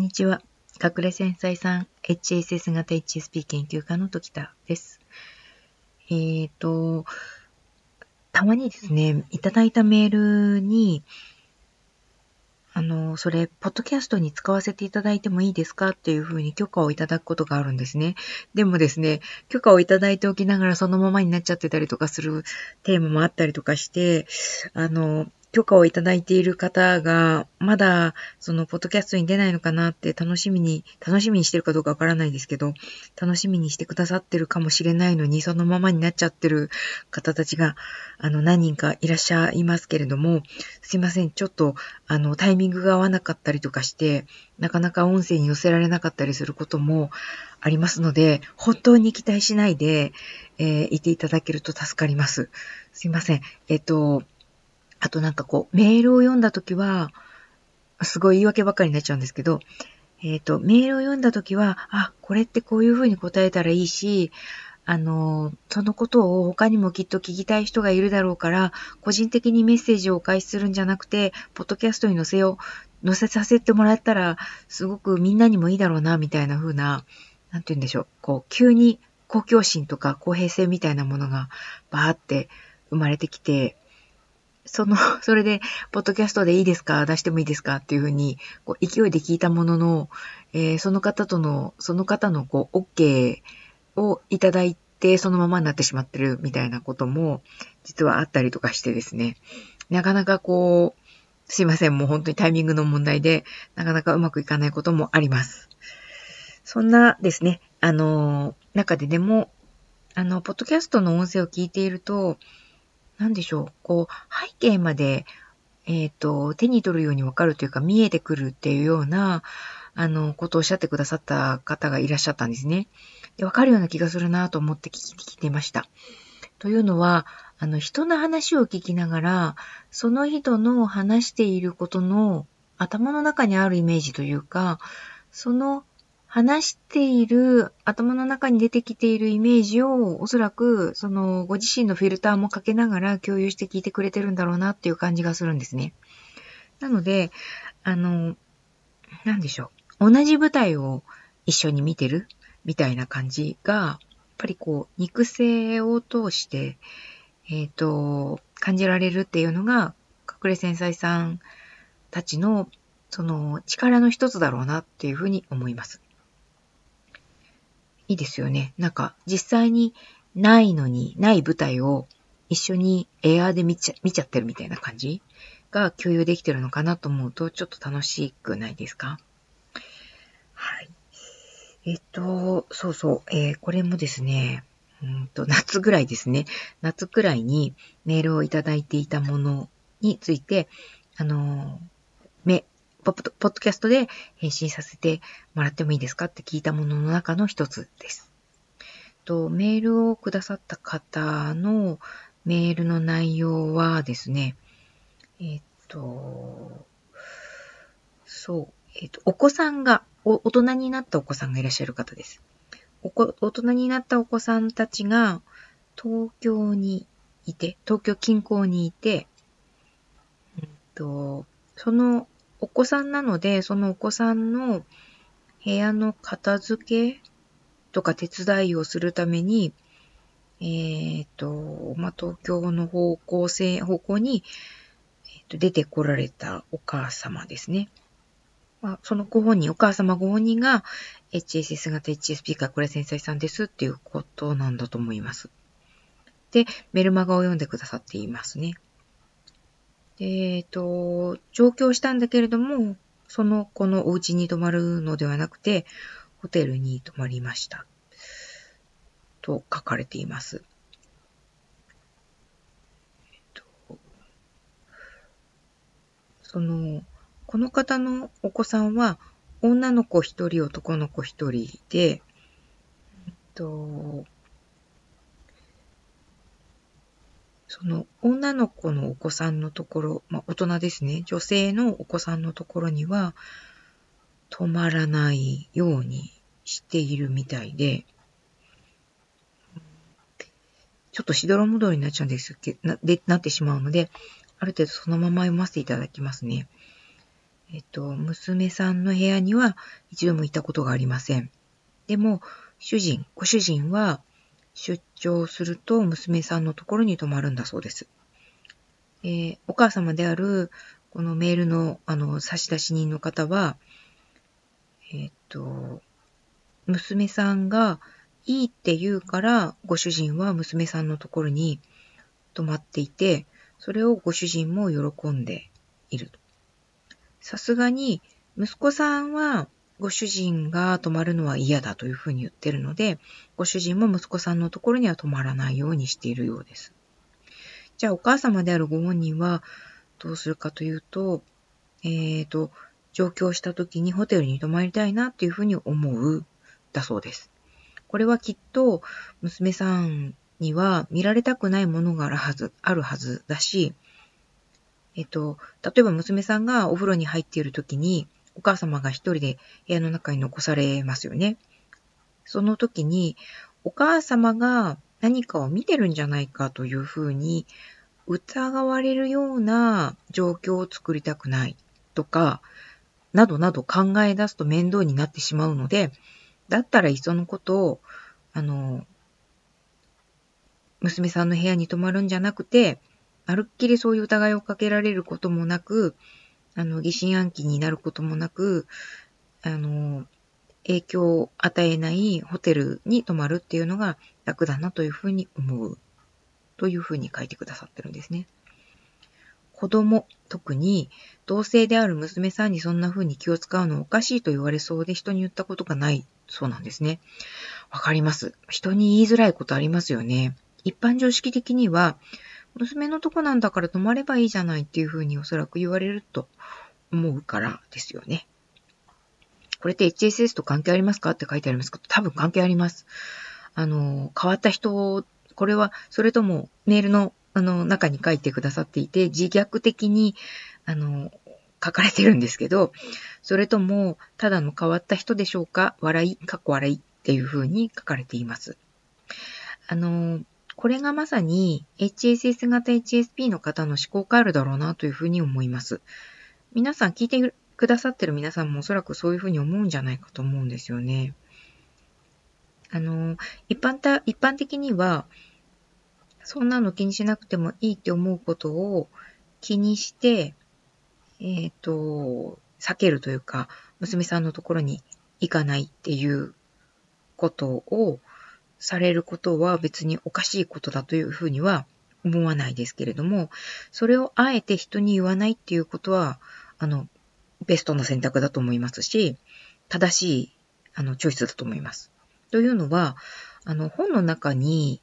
にちは。隠れ繊細さん、HSS 型 HSP 研究家の時田です。たまにですね、いただいたメールに、それ、ポッドキャストに使わせていただいてもいいですかっていうふうに許可をいただくことがあるんですね。でもですね、許可をいただいておきながらそのままになっちゃってたりとかするテーマもあったりとかして、許可をいただいている方が、まだ、ポッドキャストに出ないのかなって楽しみにしてるかどうかわからないですけど、楽しみにしてくださってるかもしれないのに、そのままになっちゃってる方たちが、何人かいらっしゃいますけれども、すいません、ちょっと、タイミングが合わなかったりとかして、なかなか音声に寄せられなかったりすることもありますので、本当に期待しないで、いていただけると助かります。すいません。あとメールを読んだときは、すごい言い訳ばっかりになっちゃうんですけど、メールを読んだときは、これってこういうふうに答えたらいいし、そのことを他にもきっと聞きたい人がいるだろうから、個人的にメッセージをお返しするんじゃなくて、ポッドキャストに載せさせてもらったら、すごくみんなにもいいだろうな、みたいな風な、なんて言うんでしょう、急に公共心とか公平性みたいなものがバーって生まれてきて、それで、ポッドキャストでいいですか出してもいいですかっていうふうに、勢いで聞いたものの、その方の、OK をいただいて、そのままになってしまってるみたいなことも、実はあったりとかしてですね。なかなかすいません、もう本当にタイミングの問題で、なかなかうまくいかないこともあります。そんなですね、中ででも、ポッドキャストの音声を聞いていると、なんでしょう、背景まで、手に取るようにわかるというか、見えてくるっていうような、ことをおっしゃってくださった方がいらっしゃったんですね。で、わかるような気がするなと思って聞いていました。というのは、人の話を聞きながら、その人の話していることの頭の中にあるイメージというか、その話している頭の中に出てきているイメージをおそらくご自身のフィルターもかけながら共有して聞いてくれてるんだろうなっていう感じがするんですね。なので、なんでしょう。同じ舞台を一緒に見てるみたいな感じが、やっぱり肉声を通して、感じられるっていうのが、隠れ繊細さんたちの、力の一つだろうなっていうふうに思います。いいですよね。実際にないのに、ない舞台を一緒にエアーで見ちゃってるみたいな感じが共有できてるのかなと思うと、ちょっと楽しくないですか？はい。そうそう、これもですね、夏ぐらいですね。夏くらいにメールをいただいていたものについて、ポッドキャストで返信させてもらってもいいですかって聞いたものの中の一つです。メールをくださった方のメールの内容はですね、お子さんが、大人になったお子さんがいらっしゃる方です。大人になったお子さんたちが東京近郊にいて、そのお子さんなので、そのお子さんの部屋の片付けとか手伝いをするために、東京の方向に、出てこられたお母様ですね。そのお母様ご本人が HSS 型 HSP 隠れ繊細さんですっていうことなんだと思います。で、メルマガを読んでくださっていますね。上京したんだけれども、その子のお家に泊まるのではなくて、ホテルに泊まりました。と書かれています。この方のお子さんは、女の子一人、男の子一人で、その女の子のお子さんのところ、大人ですね、女性のお子さんのところには、泊まらないようにしているみたいで、ちょっとしどろもどろになっちゃうんですけど、なってしまうので、ある程度そのまま読ませていただきますね。 娘さんの部屋には一度も行ったことがありません。でも、ご主人は出張すると娘さんのところに泊まるんだそうです。お母様であるこのメールの差出人の方は、娘さんがいいって言うから、ご主人は娘さんのところに泊まっていて、それをご主人も喜んでいると。さすがに、息子さんはご主人が泊まるのは嫌だというふうに言ってるので、ご主人も息子さんのところには泊まらないようにしているようです。じゃあお母様であるご本人はどうするかというと、上京した時にホテルに泊まりたいなっていうふうに思うだそうです。これはきっと娘さんには見られたくないものがあるはずだし、例えば娘さんがお風呂に入っている時にお母様が一人で部屋の中に残されますよね。その時にお母様が何かを見てるんじゃないかというふうに疑われるような状況を作りたくないとか、などなど考え出すと面倒になってしまうので、だったらいっそのことを、娘さんの部屋に泊まるんじゃなくて、まるっきりそういう疑いをかけられることもなく、疑心暗鬼になることもなく、影響を与えないホテルに泊まるっていうのが楽だなというふうに思う。というふうに書いてくださってるんですね。子供、特に同性である娘さんにそんな風に気を使うのおかしいと言われそうで人に言ったことがないそうなんですね。わかります。人に言いづらいことありますよね。一般常識的には、娘のとこなんだから泊まればいいじゃないっていう風におそらく言われると思うからですよね。これって HSS と関係ありますかって書いてありますけど、多分関係あります。変わった人、これは、それともメールの中に書いてくださっていて、自虐的に、書かれてるんですけど、それとも、ただの変わった人でしょうかかっこ笑いっていう風に書かれています。これがまさに HSS 型 HSP の方の思考回路だろうなという風に思います。皆さん聞いてくださってる皆さんもおそらくそういう風に思うんじゃないかと思うんですよね。一般的には、そんなの気にしなくてもいいって思うことを気にして、避けるというか、娘さんのところに行かないっていうことをされることは別におかしいことだというふうには思わないですけれども、それをあえて人に言わないっていうことは、ベストの選択だと思いますし、正しい、チョイスだと思います。というのは、本の中に、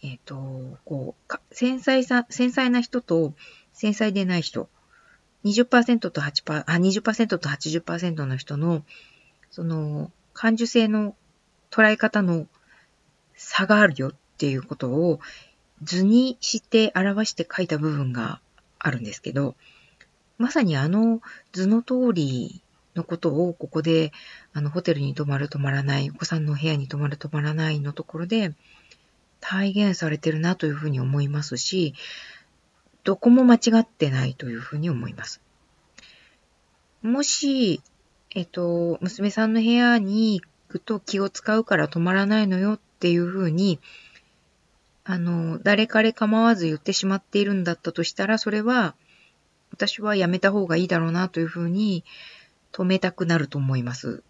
繊細な人と繊細でない人、20%と20%と80%の人の、感受性の捉え方の差があるよっていうことを図にして表して書いた部分があるんですけど、まさに図の通りのことをここで、ホテルに泊まる泊まらない、お子さんの部屋に泊まる泊まらないのところで体現されてるなというふうに思いますし、どこも間違ってないというふうに思います。もし、娘さんの部屋に行くと気を使うから泊まらないのよっていうふうに、誰彼構わず言ってしまっているんだったとしたら、それは、私はやめた方がいいだろうなというふうに止めたくなると思います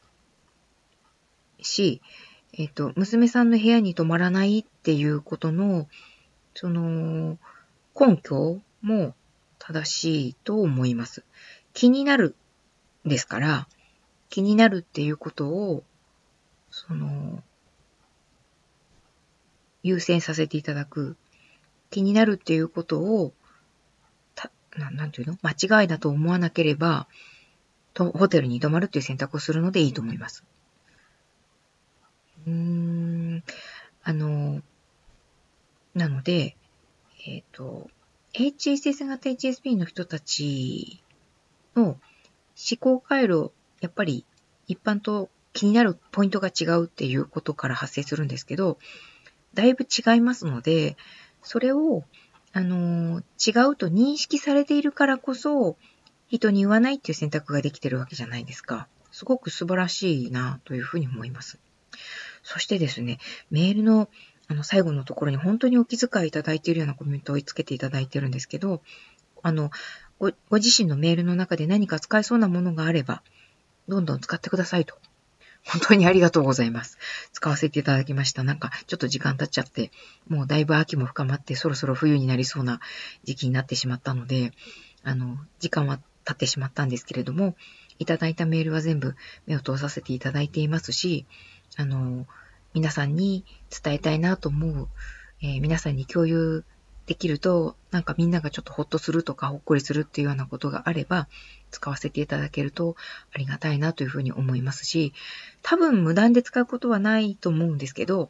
し、娘さんの部屋に泊まらないっていうことの、根拠も正しいと思います。気になるですから、気になるっていうことを、優先させていただく。気になるっていうことを、なんていうの？間違いだと思わなければ、ホテルに泊まるっていう選択をするのでいいと思います。なので、HSS 型 HSP の人たちの思考回路、やっぱり一般と気になるポイントが違うっていうことから発生するんですけど、だいぶ違いますので、それを、違うと認識されているからこそ、 人に言わないっていう選択ができてるわけじゃないですか。すごく素晴らしいなというふうに思います。そしてですね、メールの最後のところに本当にお気遣いいただいているようなコメントをつけていただいているんですけど、ご自身のメールの中で何か使えそうなものがあれば、どんどん使ってくださいと。本当にありがとうございます。使わせていただきました。なんかちょっと時間経っちゃって、もうだいぶ秋も深まってそろそろ冬になりそうな時期になってしまったので、時間は経ってしまったんですけれども、いただいたメールは全部目を通させていただいていますし、皆さんに伝えたいなと思う、皆さんに共有できると、なんかみんながちょっとほっとするとかほっこりするっていうようなことがあれば、使わせていただけるとありがたいなというふうに思いますし、多分無断で使うことはないと思うんですけど、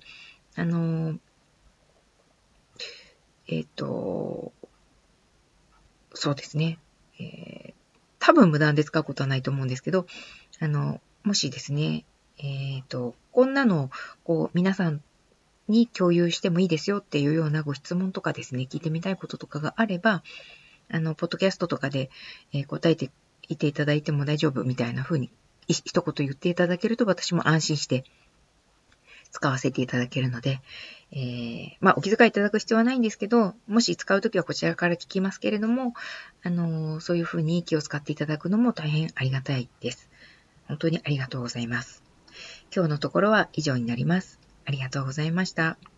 そうですね。多分無断で使うことはないと思うんですけど、もしですね、こんなの、皆さんに共有してもいいですよっていうようなご質問とかですね、聞いてみたいこととかがあれば、ポッドキャストとかで、答えていていただいても大丈夫みたいな風に一言言っていただけると私も安心して使わせていただけるので、お気遣いいただく必要はないんですけど、もし使うときはこちらから聞きますけれども、そういう風に気を使っていただくのも大変ありがたいです。本当にありがとうございます。今日のところは以上になります。ありがとうございました。